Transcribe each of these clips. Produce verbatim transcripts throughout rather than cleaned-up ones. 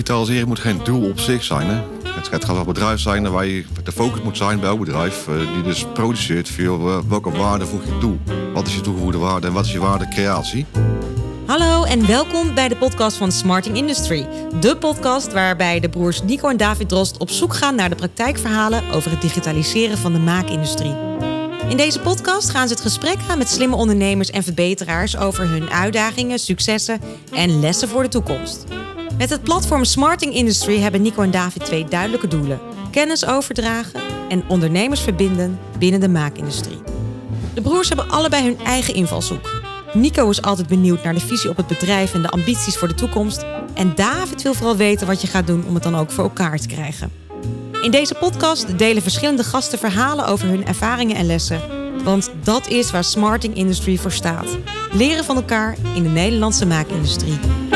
digitalisering moet geen doel op zich zijn. Hè? Het gaat wel een bedrijf zijn waar je de focus moet zijn bij elk bedrijf. Uh, die dus produceert voor uh, welke waarde voeg je toe. Wat is je toegevoegde waarde en wat is je waardecreatie? Hallo en welkom bij de podcast van Smarting Industry. De podcast waarbij de broers Nico en David Drost op zoek gaan naar de praktijkverhalen over het digitaliseren van de maakindustrie. In deze podcast gaan ze het gesprek aan met slimme ondernemers en verbeteraars over hun uitdagingen, successen en lessen voor de toekomst. Met het platform Smarting Industry hebben Nico en David twee duidelijke doelen: kennis overdragen en ondernemers verbinden binnen de maakindustrie. De broers hebben allebei hun eigen invalshoek. Nico is altijd benieuwd naar de visie op het bedrijf en de ambities voor de toekomst. En David wil vooral weten wat je gaat doen om het dan ook voor elkaar te krijgen. In deze podcast delen verschillende gasten verhalen over hun ervaringen en lessen. Want dat is waar Smarting Industry voor staat. Leren van elkaar in de Nederlandse maakindustrie.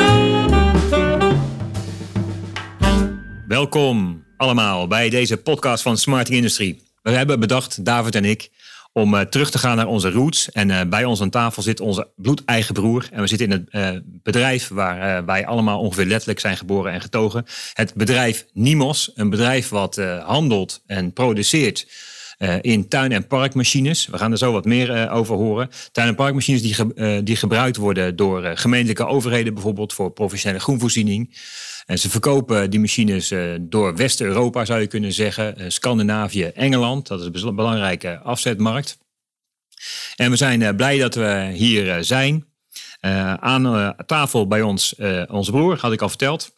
Welkom allemaal bij deze podcast van Smarting Industry. We hebben bedacht, David en ik, om uh, terug te gaan naar onze roots. En uh, bij ons aan tafel zit onze bloedeigen broer. En we zitten in het uh, bedrijf waar uh, wij allemaal ongeveer letterlijk zijn geboren en getogen. Het bedrijf Nimos. Een bedrijf wat uh, handelt en produceert uh, in tuin- en parkmachines. We gaan er zo wat meer uh, over horen. Tuin- en parkmachines die, ge- uh, die gebruikt worden door uh, gemeentelijke overheden. Bijvoorbeeld voor professionele groenvoorziening. En ze verkopen die machines uh, door West-Europa, zou je kunnen zeggen. Uh, Scandinavië, Engeland. Dat is een belangrijke afzetmarkt. En we zijn uh, blij dat we hier uh, zijn. Uh, aan uh, tafel bij ons, uh, onze broer, had ik al verteld.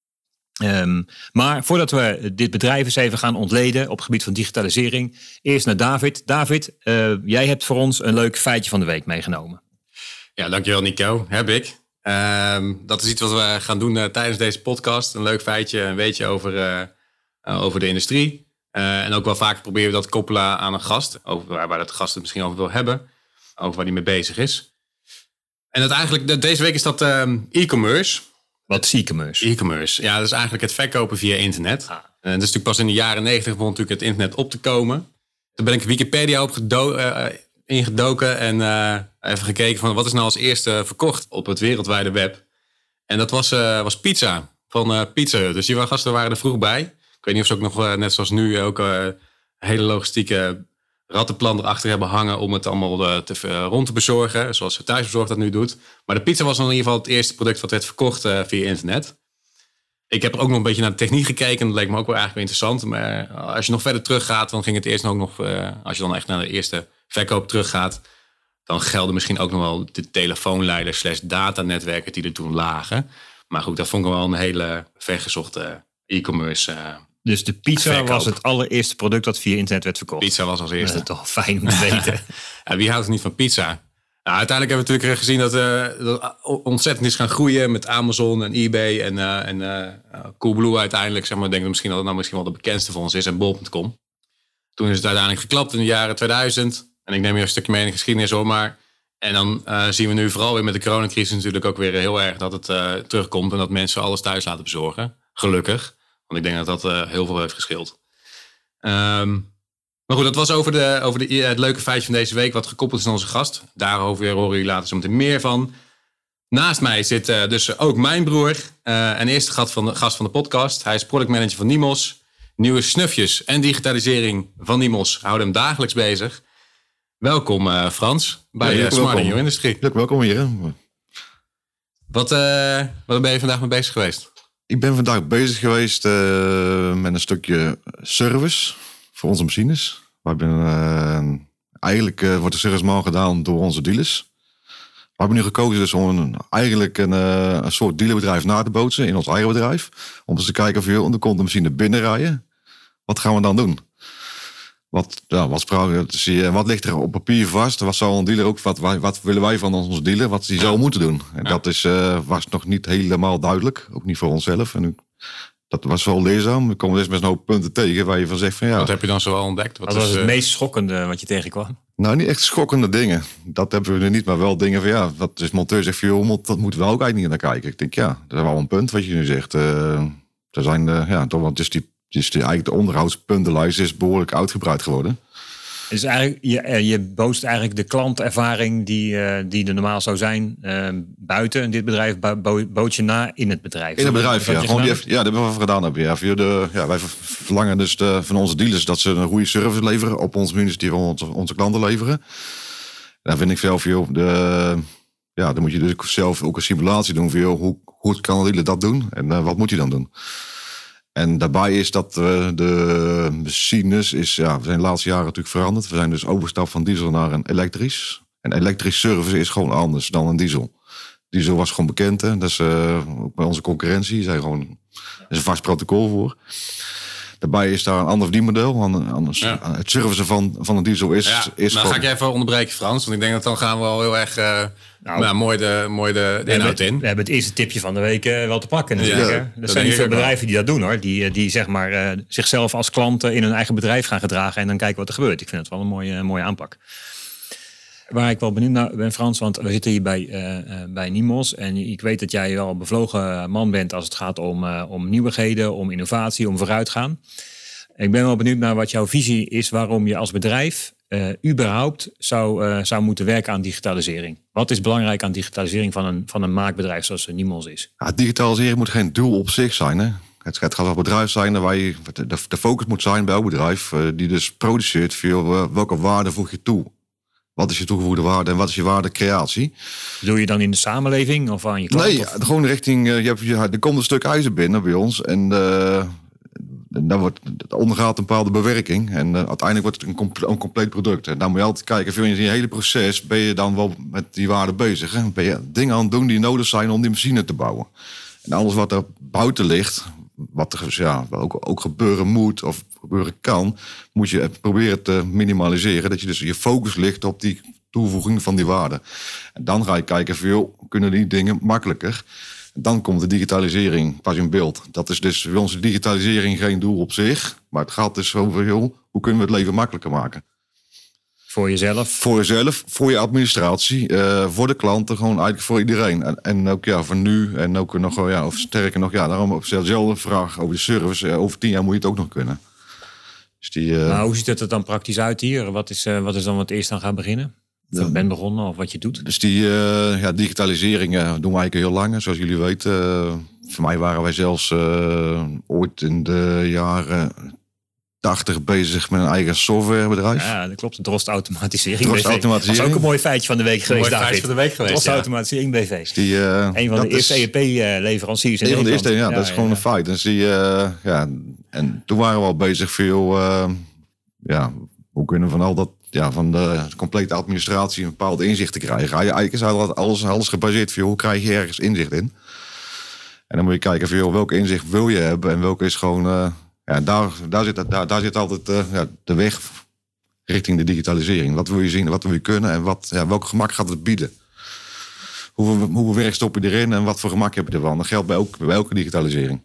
Um, maar voordat we dit bedrijf eens even gaan ontleden op het gebied van digitalisering. Eerst naar David. David, uh, jij hebt voor ons een leuk feitje van de week meegenomen. Ja, dankjewel Nico. Heb ik. Um, dat is iets wat we gaan doen uh, tijdens deze podcast. Een leuk feitje, een weetje over, uh, uh, over de industrie. Uh, en ook wel vaak proberen we dat te koppelen aan een gast. Over waar, waar de gast het misschien over wil hebben. Over waar hij mee bezig is. En dat eigenlijk, deze week is dat um, e-commerce. Wat is e-commerce? E-commerce, ja, dat is eigenlijk het verkopen via internet. Ah. En dat is natuurlijk pas in de jaren negentig begon natuurlijk het internet op te komen. Toen ben ik Wikipedia op gedo- uh, ingedoken en uh, even gekeken van wat is nou als eerste verkocht op het wereldwijde web. En dat was, uh, was pizza van uh, Pizza Hut. Dus die gasten waren er vroeg bij. Ik weet niet of ze ook nog, uh, net zoals nu, ook uh, een hele logistieke rattenplan erachter hebben hangen om het allemaal uh, te, uh, rond te bezorgen. Zoals Thuisbezorgd dat nu doet. Maar de pizza was in ieder geval het eerste product wat werd verkocht uh, via internet. Ik heb er ook nog een beetje naar de techniek gekeken. Dat leek me ook wel eigenlijk interessant. Maar als je nog verder teruggaat, dan ging het eerst ook nog, uh, als je dan echt naar de eerste verkoop teruggaat, dan gelden misschien ook nog wel de telefoonleiders slash datanetwerken die er toen lagen. Maar goed, dat vond ik wel een hele vergezochte e-commerce uh, Dus de pizza verkoop. Was het allereerste product dat via internet werd verkocht? Pizza was als eerste. Dat is toch fijn om te weten. Ja, wie houdt het niet van pizza? Nou, uiteindelijk hebben we natuurlijk gezien dat, uh, dat ontzettend is gaan groeien met Amazon en eBay en, uh, en uh, Coolblue uiteindelijk. Zeg maar, ik denk dat misschien dat het nou misschien wel de bekendste van ons is en bol punt com. Toen is het uiteindelijk geklapt in de jaren tweeduizend. En ik neem hier een stukje mee in de geschiedenis hoor. Maar, en dan uh, zien we nu vooral weer met de coronacrisis natuurlijk ook weer heel erg dat het uh, terugkomt. En dat mensen alles thuis laten bezorgen. Gelukkig. Want ik denk dat dat uh, heel veel heeft geschild. Um, maar goed, dat was over, de, over de, het leuke feitje van deze week. Wat gekoppeld is aan onze gast. Daarover horen jullie later zo meteen meer van. Naast mij zit uh, dus ook mijn broer. Uh, en eerste gast van, de, gast van de podcast. Hij is productmanager van Nimos. Nieuwe snufjes en digitalisering van Nimos houden hem dagelijks bezig. Welkom uh, Frans bij ja, uh, Smarting Industry. Leuk, welkom hier. Wat, uh, wat ben je vandaag mee bezig geweest? Ik ben vandaag bezig geweest uh, met een stukje service voor onze machines. We hebben, uh, eigenlijk uh, wordt de service maar gedaan door onze dealers. We hebben nu gekozen dus om een, eigenlijk een, uh, een soort dealerbedrijf na te bootsen in ons eigen bedrijf. Om eens te kijken of je er komt de machine binnenrijden. Wat gaan we dan doen? Wat, ja, wat, wat ligt er op papier vast? Wat zou een dealer ook, wat, wat willen wij van onze dealer? Wat die zou moeten doen? En ja. dat is, uh, was nog niet helemaal duidelijk. Ook niet voor onszelf. En dat was wel leerzaam. We komen dus met een hoop punten tegen waar je van zegt van ja. Wat heb je dan zo al ontdekt? Wat, wat was is, het uh... meest schokkende wat je tegenkwam? Nou, niet echt schokkende dingen. Dat hebben we nu niet, maar wel dingen van ja, wat is monteur zegt van joh, dat moeten we ook eigenlijk niet naar kijken. Ik denk ja, dat is wel een punt wat je nu zegt. Uh, er zijn uh, ja toch, want het is die, het is die eigenlijk de onderhoudspuntenlijst is behoorlijk uitgebreid geworden. Dus eigenlijk, je, je bootst eigenlijk de klantervaring die, uh, die er normaal zou zijn uh, buiten in dit bedrijf, bo- boot je na in het bedrijf. In het bedrijf, ja. Gewoon die, hebt? ja, dat hebben we gedaan hebben. Ja. Via de, ja, wij verlangen dus de, van onze dealers dat ze een goede service leveren op onze munitie die we onze, onze klanten leveren. Daar vind ik zelf, joh, de, ja, dan moet je dus zelf ook een simulatie doen voor joh, hoe goed kan een dealer dat doen en uh, wat moet hij dan doen. En daarbij is dat uh, de machines, is, ja, we zijn de laatste jaren natuurlijk veranderd. We zijn dus overgestapt van diesel naar een elektrisch. En elektrisch service is gewoon anders dan een diesel. Diesel was gewoon bekend, hè. Dat is uh, ook bij onze concurrentie. Zijn gewoon, er is een vast protocol voor. Daarbij is daar een ander verdienmodel. Anders, ja. Het servicen van, van een diesel is... Ja, is dan gewoon... ga ik even onderbreken, Frans. Want ik denk dat dan gaan we al heel erg... Uh... Nou, nou, mooi de, mooi de, de inhoud in. We hebben het eerste tipje van de week uh, wel te pakken natuurlijk. Ja, er zijn niet veel bedrijven die dat doen hoor. Die, die zeg maar uh, zichzelf als klanten in hun eigen bedrijf gaan gedragen en dan kijken wat er gebeurt. Ik vind het wel een mooie, mooie aanpak. Waar ik wel benieuwd naar ben, Frans, want we zitten hier bij, uh, bij Nimos. En ik weet dat jij wel een bevlogen man bent als het gaat om, uh, om nieuwigheden, om innovatie, om vooruitgaan. Ik ben wel benieuwd naar wat jouw visie is waarom je als bedrijf uh, überhaupt zou, uh, zou moeten werken aan digitalisering. Wat is belangrijk aan digitalisering van een, van een maakbedrijf zoals Nimos is? Ja, digitalisering moet geen doel op zich zijn. Hè? Het, het gaat wel een bedrijf zijn waar je, de, de focus moet zijn bij elk bedrijf uh, die dus produceert voor uh, welke waarde voeg je toe. Wat is je toegevoegde waarde en wat is je waardecreatie? Doe je dan in de samenleving of aan je klant? Nee, of? gewoon richting, uh, je hebt, je, er komt een stuk ijzer binnen bij ons en... Uh, Dan wordt, het ondergaat een bepaalde bewerking. En uh, uiteindelijk wordt het een, comp- een compleet product. En dan moet je altijd kijken, veel in je hele proces ben je dan wel met die waarde bezig. Hè? Ben je dingen aan het doen die nodig zijn om die machine te bouwen. En alles wat er buiten ligt, wat er ja, ook, ook gebeuren moet of gebeuren kan, moet je proberen te minimaliseren. Dat je dus je focus ligt op die toevoeging van die waarde. En dan ga je kijken, veel kunnen die dingen makkelijker. Dan komt de digitalisering pas in beeld. Dat is dus voor onze digitalisering geen doel op zich. Maar het gaat dus over, joh, hoe kunnen we het leven makkelijker maken? Voor jezelf? Voor jezelf, voor je administratie, uh, voor de klanten, gewoon eigenlijk voor iedereen. En, en ook ja, voor nu en ook nog, ja, of sterker nog, ja, daarom op dezelfde vraag over de service. Uh, over tien jaar moet je het ook nog kunnen. Dus die, uh... maar hoe ziet het er dan praktisch uit hier? Wat is, uh, wat is dan wat eerst aan gaan beginnen? Of je bent begonnen of wat je doet? Dus die uh, ja, digitalisering uh, doen we eigenlijk heel lang. Zoals jullie weten, uh, voor mij waren wij zelfs uh, ooit in de jaren tachtig bezig met een eigen softwarebedrijf. Ja, dat klopt. Drost Automatisering Drost Automatisering. Dat is ook een mooi feitje van de week geweest, David. Een mooi feitje van de week geweest, Drost ja. Automatisering B V. Dus die, uh, een van de eerste E R P-leveranciers in Nederland. Een van de eerste, ja, ja, dat is ja, gewoon ja. een feit. Dus die, uh, ja, en toen waren we al bezig veel, uh, ja, hoe kunnen we van al dat, ja, van de complete administratie een bepaald inzicht te krijgen. Eigenlijk is alles, alles gebaseerd voor hoe krijg je ergens inzicht in. En dan moet je kijken voor welke inzicht wil je hebben en welke is gewoon, uh, ja, daar, daar, zit, daar, daar zit altijd uh, ja, de weg richting de digitalisering. Wat wil je zien, wat wil je kunnen en wat, ja, welk gemak gaat het bieden? Hoeveel, hoeveel werk stop je erin en wat voor gemak heb je ervan? Dat geldt bij, ook, bij elke digitalisering.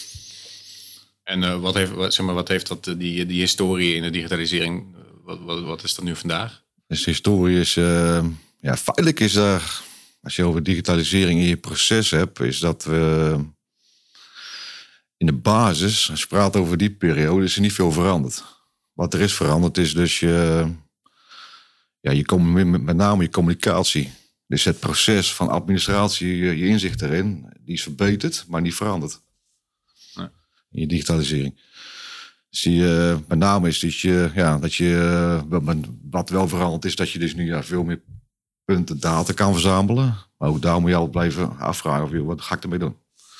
En uh, wat, heeft, wat, zeg maar, wat heeft dat, die, die historie in de digitalisering, wat, wat, wat is dat nu vandaag? Dus de historie is, uh, ja, feitelijk is er, als je over digitalisering in je proces hebt, is dat we in de basis, als je praat over die periode, is er niet veel veranderd. Wat er is veranderd is dus je, ja, je met, met name je communicatie. Dus het proces van administratie, je, je inzicht erin, die is verbeterd, maar niet veranderd. Nee. In je digitalisering. Dus die, uh, met name is dat je, ja, dat je uh, wat wel veranderd is, dat je dus nu ja, veel meer punten data kan verzamelen. Maar ook daar moet je altijd blijven afvragen of je, wat ga ik ermee doen.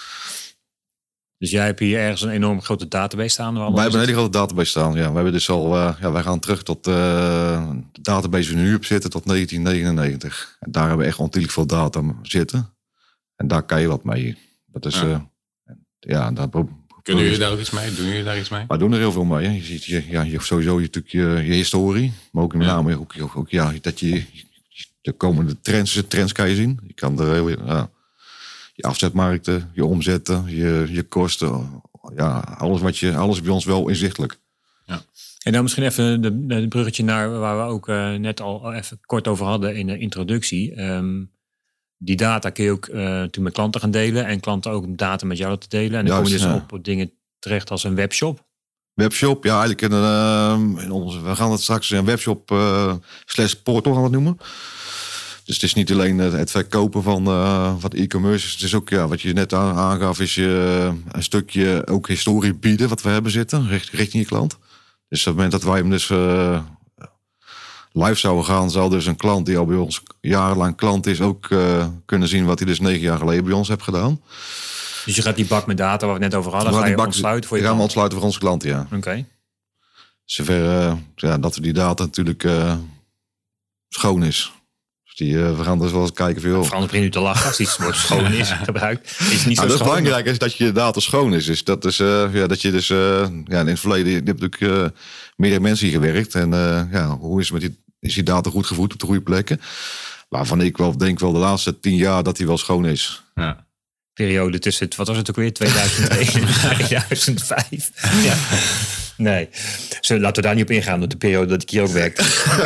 Dus jij hebt hier ergens een enorm grote database staan? Wij hebben een hele grote database staan. Ja, we hebben dus al, uh, ja, wij gaan terug tot uh, de database die we nu op zitten tot negentien negenennegentig. En daar hebben we echt ontiegelijk veel data zitten. En daar kan je wat mee. Dat is, ja. Uh, ja, daar Kunnen jullie daar ook iets mee? Doen jullie daar iets mee? We doen er heel veel mee. Hè. Je ziet je, ja, je, sowieso je, je, je historie, maar ook met name ja. ook, ook, ook ja, dat je de komende trends, de trends kan je zien. Je kan er heel, ja, je afzetmarkten, je omzetten, je, je kosten, ja, alles wat je, alles bij ons wel inzichtelijk. Ja. En dan misschien even de, de bruggetje naar waar we ook uh, net al even kort over hadden in de introductie. Um, die data kun je ook uh, toen met klanten gaan delen en klanten ook data met jou te delen. En dan Juist, kom je dus ja. op dingen terecht als een webshop. Webshop, ja, eigenlijk in, uh, in onze, we gaan het straks een webshop uh, slash portal gaan we het noemen. Dus het is niet alleen het verkopen van uh, wat e-commerce. Het is ook, ja, wat je net aangaf, is je een stukje ook historie bieden wat we hebben zitten richting je klant. Dus op het moment dat wij hem dus uh, live zouden gaan, zal dus een klant die al bij ons jarenlang klant is ook uh, kunnen zien wat hij dus negen jaar geleden bij ons heeft gedaan. Dus je gaat die bak met data waar we het net over hadden, ga je bak, ontsluiten voor je gaan we klant? ontsluiten voor onze klanten, ja. Oké. Okay. Zover uh, ja, dat we die data natuurlijk uh, schoon is. Dus die, uh, we gaan dus wel eens kijken veel. Frans begint nu te lachen als iets wordt schoon is gebruikt. Is niet zo nou, dat is belangrijk is dat je data schoon is. Dus dat is uh, ja, dat je dus uh, ja, in het verleden je hebt natuurlijk uh, meerdere mensen hier gewerkt en uh, ja, hoe is met die is die data goed gevoed op de goede plekken? Waarvan ik wel denk wel de laatste tien jaar dat die wel schoon is. Ja. Periode tussen, wat was het ook weer, tweeduizend twee en tweeduizend vijf. Ja. Nee, Zo, laten we daar niet op ingaan, op de periode dat ik hier ook werkte.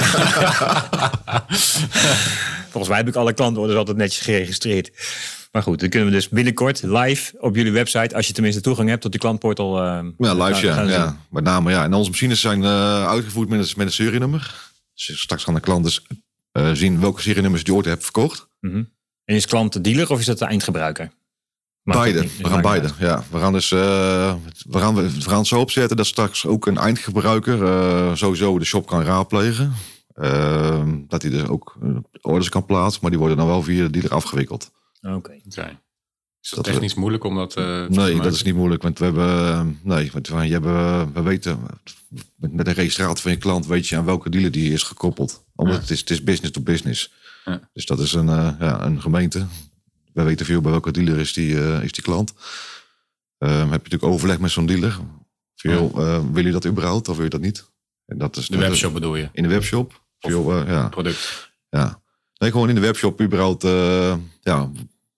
Volgens mij heb ik alle klantorders altijd netjes geregistreerd. Maar goed, dan kunnen we dus binnenkort live op jullie website, als je tenminste toegang hebt tot die klantportal. Uh, ja, live, ja. ja. Met name, ja. En onze machines zijn uh, uitgevoerd met een, met een serienummer. Dus straks gaan de klanten dus, uh, zien welke serienummers die ooit hebben verkocht. Mm-hmm. En is klant de dealer of is dat de eindgebruiker? Maakt beide. Niet, we gaan beide. Uit. Ja, we gaan dus uh, we gaan, we gaan het zo opzetten dat straks ook een eindgebruiker uh, sowieso de shop kan raadplegen. Uh, dat hij dus ook orders kan plaatsen, maar die worden dan wel via de dealer afgewikkeld. Oké. Okay. Okay. Is dat, dat technisch we... moeilijk om dat uh, Nee, dat is niet moeilijk, want we hebben uh, nee, want we, hebben, we weten met, met de registratie van je klant weet je aan welke dealer die is gekoppeld. Omdat ja. het, is, het is business to business. Ja. Dus dat is een, uh, ja, een gemeente. We weten veel bij welke dealer is die, uh, is die klant. Uh, heb je natuurlijk overleg met zo'n dealer. Veel, uh, wil je dat überhaupt of wil je dat niet? En dat is de webshop bedoel je? In de webshop. Veel, uh, ja. Product. Ja. Nee, gewoon in de webshop überhaupt uh, ja,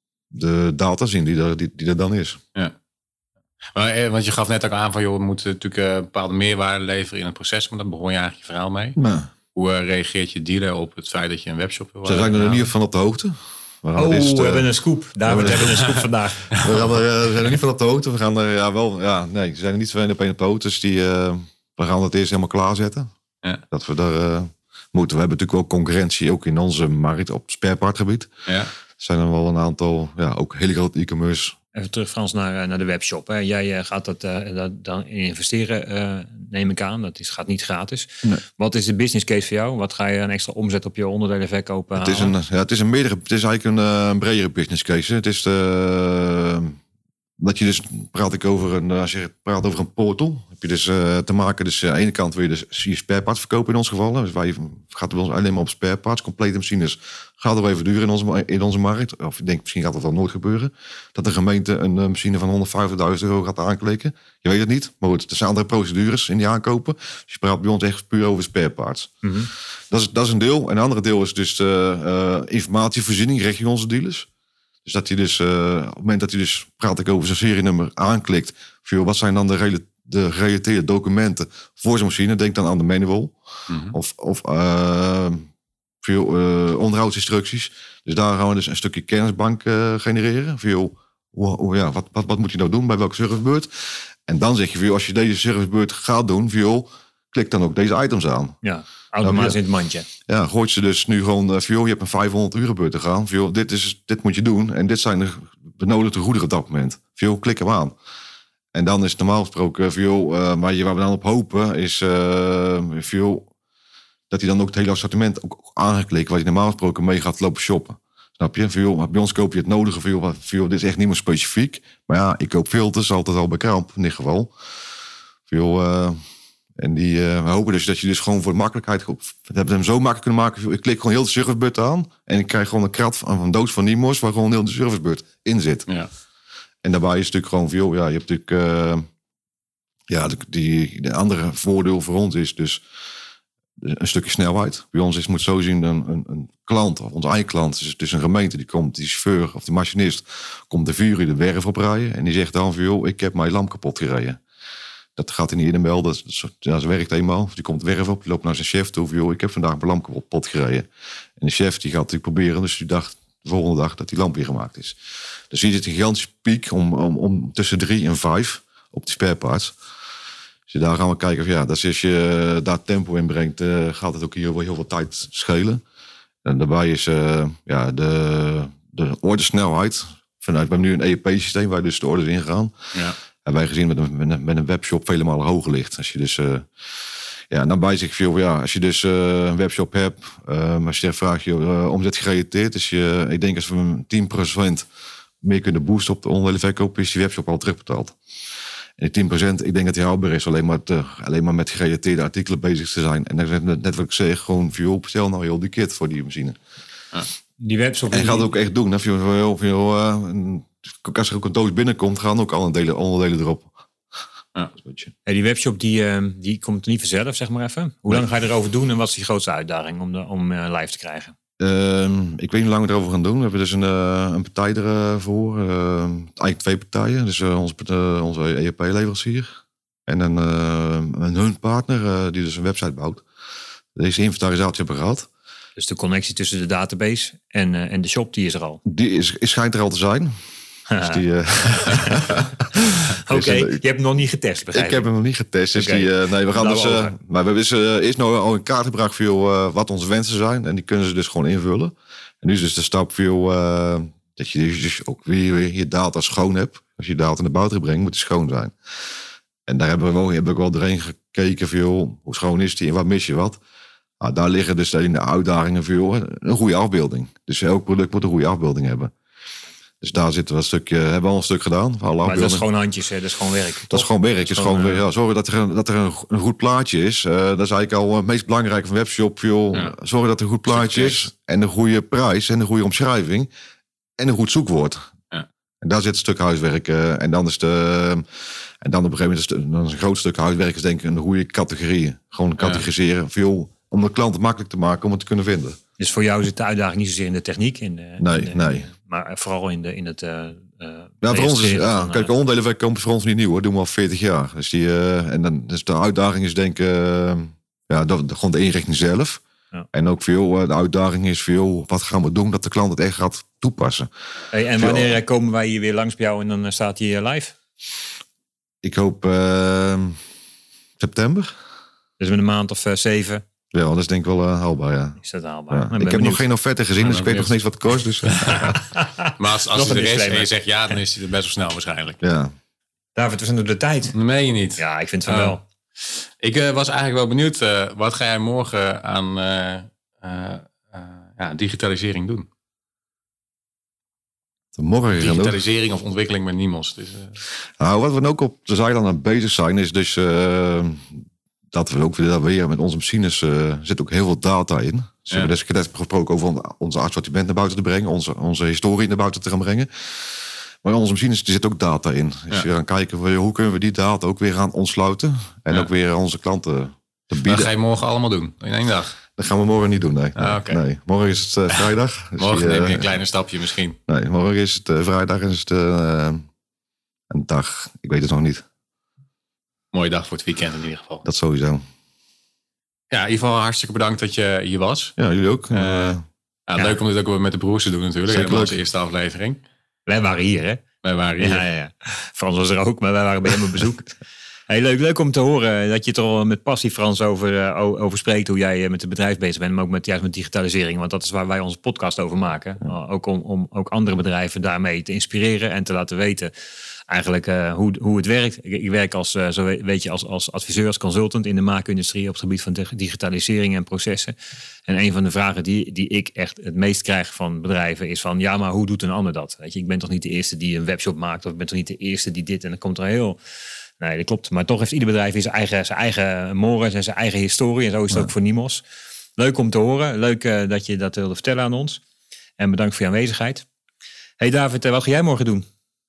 de data zien die er, die, die er dan is. Ja. Maar, want je gaf net ook aan van, joh, we moeten natuurlijk een bepaalde meerwaarde leveren in het proces. Maar daar begon je eigenlijk je verhaal mee. Nee. Hoe uh, reageert je dealer op het feit dat je een webshop wil? Ze zijn er niet van op de hoogte. We oh, eerst, we uh, hebben een scoop. David, we hebben een scoop vandaag. We, gaan er, we zijn er niet van op de hoogte. We gaan er ja, wel, ja, nee, ze zijn er niet zo op een op de hoogte. Dus die, uh, we gaan het eerst helemaal klaarzetten. Ja. Dat we daar uh, moeten. We hebben natuurlijk wel concurrentie ook in onze markt op sparepartgebied. Ja. Er zijn er wel een aantal, ja, ook hele grote e-commerce. Even terug, Frans, naar, naar de webshop. Hè. Jij uh, gaat dat, uh, dat dan investeren, uh, neem ik aan. Dat is, gaat niet gratis. Nee. Wat is de business case voor jou? Wat ga je een extra omzet op je onderdelen verkopen? Het is een, ja, het is een meerdere, het is eigenlijk een, uh, een bredere business case. Het is de, uh, dat je dus, praat ik over een, als je praat over een portal, heb je dus uh, te maken. Dus uh, aan de ene kant wil je dus je spare parts verkopen in ons geval. Dus wij gaat bij ons alleen maar op spare parts, complete machines. Gaat er even duren in onze, in onze markt. Of ik denk, misschien gaat dat wel nooit gebeuren. Dat de gemeente een uh, machine van honderdvijftigduizend euro gaat aanklikken. Je weet het niet. Maar goed, er zijn andere procedures in die aankopen. Dus je praat bij ons echt puur over spare parts. Mm-hmm. Dat is, dat is een deel. En een andere deel is dus de uh, informatievoorziening richting onze dealers. Dus dat hij dus, uh, op het moment dat hij dus, praat ik over zijn serienummer, aanklikt. Voor, wat zijn dan de, rela- de gerelateerde documenten voor zijn machine? Denk dan aan de manual. Mm-hmm. Of, of uh, veel uh, onderhoudsinstructies. Dus daar gaan we dus een stukje kennisbank uh, genereren. Veel, hoe, hoe, ja, wat, wat, wat moet je nou doen bij welke servicebeurt? En dan zeg je, veel, als je deze servicebeurt gaat doen, veel, klik dan ook deze items aan. Ja, automatisch in het mandje. Ja, gooit ze dus nu gewoon, uh, veel, je hebt een vijfhonderd uur beurt te gaan. Veel, dit, is, dit moet je doen en dit zijn de benodigde goederen op dat moment. Veel, klik hem aan. En dan is het normaal gesproken veel, uh, maar je, waar we dan op hopen is uh, veel, dat hij dan ook het hele assortiment ook aangeklikt, waar je normaal gesproken mee gaat lopen shoppen. Snap je? Veel, bij ons koop je het nodige. Veel, veel, dit is echt niet meer specifiek. Maar ja, ik koop filters, altijd al bij Kramp in dit geval. Veel, uh, en die, uh, we hopen dus dat je dus gewoon voor de makkelijkheid, we hebben hem zo makkelijk kunnen maken. Ik klik gewoon heel de servicebeurt aan en ik krijg gewoon een krat van een doos van Nimos waar gewoon heel de servicebeurt in zit. Ja. En daarbij is het natuurlijk gewoon veel, ja, je hebt natuurlijk, uh, ja, de, die, de andere voordeel voor ons is dus een stukje snelheid. Bij ons is, moet zo zien, een, een, een klant, of onze eigen klant, dus het is een gemeente, die komt, die chauffeur of de machinist, komt de vier uur de werf oprijden en die zegt dan van, joh, ik heb mijn lamp kapot gereden. Dat gaat hij niet in een bel, dat, dat, dat werkt eenmaal. Die komt werf op, die loopt naar zijn chef toe, van, joh, ik heb vandaag mijn lamp kapot gereden. En de chef die gaat natuurlijk proberen, dus die dacht de volgende dag dat die lamp weer gemaakt is. Dus hier zit een gigantische piek om, om, om tussen drie en vijf op die spare parts. Als je daar gaan we kijken, of ja, dat is als je daar tempo in brengt, uh, gaat het ook hier wel heel veel tijd schelen. En daarbij is uh, ja, de, de ordersnelheid. Vanuit, we hebben nu een E R P-systeem waar dus de orders ingaan. Ja. En wij gezien met een, met een, met een webshop vele malen hoger ligt. Als je dus, uh, ja, daarbij zeg ik veel, ja, als je dus uh, een webshop hebt, um, als je dan vraagt, je uh, omzet gerelateerd, dus je, ik denk als we tien procent meer kunnen boosten op de onderdelenverkoop, is die webshop al terugbetaald. En die tien procent, ik denk dat die houdbaar is alleen maar, te, alleen maar met gerelateerde artikelen bezig te zijn. En dan is net wat ik zeg, gewoon viool, bestel nou heel die kit voor die machine. Ja. Die webshop. En je gaat het ook echt doen. Of je, of je, uh, als er ook een doos binnenkomt, gaan ook alle delen, onderdelen erop. Ja. Hey, die webshop die, uh, die komt niet vanzelf, zeg maar even. Hoe lang ga je erover doen en wat is die grootste uitdaging om, de, om uh, live te krijgen? Uh, ik weet niet hoe lang we erover gaan doen. We hebben dus een, uh, een partij ervoor. Uh, eigenlijk twee partijen. Dus uh, onze, uh, onze E R P-leverancier. En een, uh, een hun partner uh, die dus een website bouwt. Deze inventarisatie hebben we gehad. Dus de connectie tussen de database en, uh, en de shop, die is er al? Die is, is schijnt er al te zijn. Dus die, uh, Oké, okay, je hebt hem nog niet getest, begrijp ik? Ik heb hem nog niet getest. Dus okay. die, uh, nee, we gaan dus, uh, maar we hebben dus, uh, eerst nog al in kaart gebracht voor uh, wat onze wensen zijn. En die kunnen ze dus gewoon invullen. En nu is dus de stap veel, uh, dat je dus ook weer, weer je data schoon hebt. Als je data naar buiten brengt, moet die schoon zijn. En daar hebben we wel, heb ik wel doorheen gekeken veel, hoe schoon is die en wat mis je wat. Nou, daar liggen dus in de uitdagingen veel een goede afbeelding. Dus elk product moet een goede afbeelding hebben. Dus daar zitten we een stukje, hebben we al een stuk gedaan. Maar dat is gewoon handjes, hè? Dat is gewoon werk. Dat toch? is gewoon werk. Dat is gewoon, uh, ja, zorgen dat er, een, dat er een, een goed plaatje is. Uh, dat is eigenlijk al het meest belangrijke van webshop. Joh. Ja. Zorgen dat er een goed plaatje is. En een goede prijs. En een goede omschrijving. En een goed zoekwoord. Ja. En daar zit een stuk huiswerk. Uh, en dan is de... En dan op een gegeven moment is, het, dan is een groot stuk huiswerk is denk ik een goede categorieën. Gewoon categoriseren. Ja. Veel om de klant het makkelijk te maken om het te kunnen vinden. Dus voor jou zit de uitdaging niet zozeer in de techniek. In de, nee, in de, nee. Maar vooral in, de, in het... Uh, ja, voor ons is, ja, kijk, de onderdelenverkoop is voor ons niet nieuw hoor. Doen we al veertig jaar. Dus, die, uh, en dan, dus de uitdaging is denk ik... Uh, ja, dat, gewoon de inrichting zelf. Ja. En ook veel, uh, de uitdaging is veel... Wat gaan we doen dat de klant het echt gaat toepassen. Hey, en wanneer veel, komen wij hier weer langs bij jou en dan staat hij live? Ik hoop uh, september. Dus met een maand of uh, zeven... Ja, dat is denk ik wel uh, haalbaar, ja. Is dat haalbaar? Ja. Ik heb benieuwd. nog geen offerte gezien, dus ik weet nog niks wat het kost. Dus. Maar als, als hij er is en je zegt ja, dan is hij er best wel snel waarschijnlijk. Ja. David, we zijn door de tijd. Dat meen je niet. Ja, ik vind het van uh, wel. Ik uh, was eigenlijk wel benieuwd, uh, wat ga jij morgen aan uh, uh, uh, ja, digitalisering doen? Morgen digitalisering of ontwikkeling met Nimos. Dus, uh... nou, wat we ook op de zijlijn aan bezig zijn, is dus... Uh, dat we ook weer, weer met onze machines uh, zit ook heel veel data in. Dus ja. we hebben dus net gesproken over onze assortiment naar buiten te brengen, onze, onze historie naar buiten te gaan brengen. Maar in onze machines er zit ook data in. Dus ja. we gaan kijken hoe kunnen we die data ook weer gaan ontsluiten en ja. ook weer aan onze klanten te bieden. Dat ga je morgen allemaal doen in één dag? Dat gaan we morgen niet doen, nee. Ah, okay. nee. Morgen is het uh, vrijdag. Dus morgen die, uh, neem je een kleine stapje misschien. Nee, morgen is het uh, vrijdag en is het uh, een dag. Ik weet het nog niet. Mooie dag voor het weekend in ieder geval. Dat sowieso. Ja, in ieder geval hartstikke bedankt dat je hier was. Ja, jullie ook. Uh, ja, ja. Leuk om dit ook met de broers te doen natuurlijk. Helemaal onze eerste aflevering. Wij waren hier, hè? Wij waren hier. Ja, ja, ja. Frans was er ook, maar wij waren bij hem op bezoek. Hey, leuk, leuk om te horen dat je er al met passie, Frans, over, uh, over spreekt. Hoe jij met het bedrijf bezig bent, maar ook met, juist met digitalisering. Want dat is waar wij onze podcast over maken. Ja. Uh, ook om, om ook andere bedrijven daarmee te inspireren en te laten weten... Eigenlijk uh, hoe, hoe het werkt. Ik, ik werk als, uh, zo weet je, als, als adviseur, als consultant in de maakindustrie op het gebied van digitalisering en processen. En een van de vragen die, die ik echt het meest krijg van bedrijven is van, ja, maar hoe doet een ander dat? Weet je, ik ben toch niet de eerste die een webshop maakt, of ik ben toch niet de eerste die dit, en dan komt er heel... Nee, dat klopt. Maar toch heeft ieder bedrijf zijn eigen, zijn eigen mores en zijn eigen historie. En zo is het ja. ook voor Nimos. Leuk om te horen. Leuk uh, dat je dat wilde vertellen aan ons. En bedankt voor je aanwezigheid. Hey David, uh, wat ga jij morgen doen?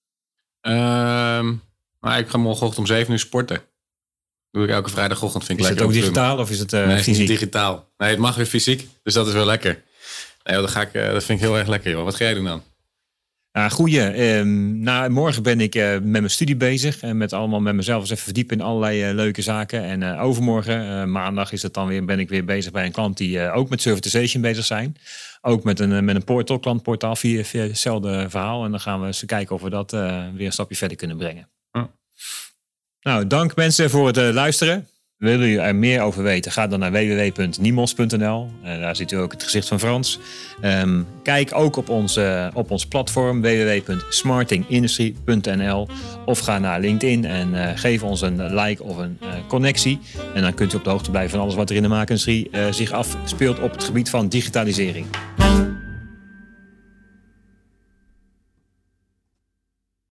Um, nou, ik ga morgenochtend om zeven uur sporten. Dat doe ik elke vrijdagochtend. Vind ik is lekker. Het ook digitaal of is het uh, nee, fysiek? Niet digitaal. Nee, het mag weer fysiek. Dus dat is wel lekker. Nee, dat, ga ik, uh, dat vind ik heel erg lekker, joh. Wat ga jij doen dan? Uh, goeie. Um, nou, morgen ben ik uh, met mijn studie bezig. En met allemaal met mezelf eens even verdiepen in allerlei uh, leuke zaken. En uh, overmorgen, uh, maandag, is het dan weer, ben ik weer bezig bij een klant die uh, ook met servitization bezig zijn. Ook met een, met een portal, klantportaal, via, via hetzelfde verhaal. En dan gaan we eens kijken of we dat uh, weer een stapje verder kunnen brengen. Nou, dank mensen voor het uh, luisteren. Willen jullie er meer over weten? Ga dan naar w w w punt nimos punt n l. Uh, daar ziet u ook het gezicht van Frans. Um, kijk ook op ons, uh, op ons platform w w w punt smarting industry punt n l. Of ga naar LinkedIn en uh, geef ons een like of een uh, connectie. En dan kunt u op de hoogte blijven van alles wat er in de maakindustrie uh, zich afspeelt op het gebied van digitalisering.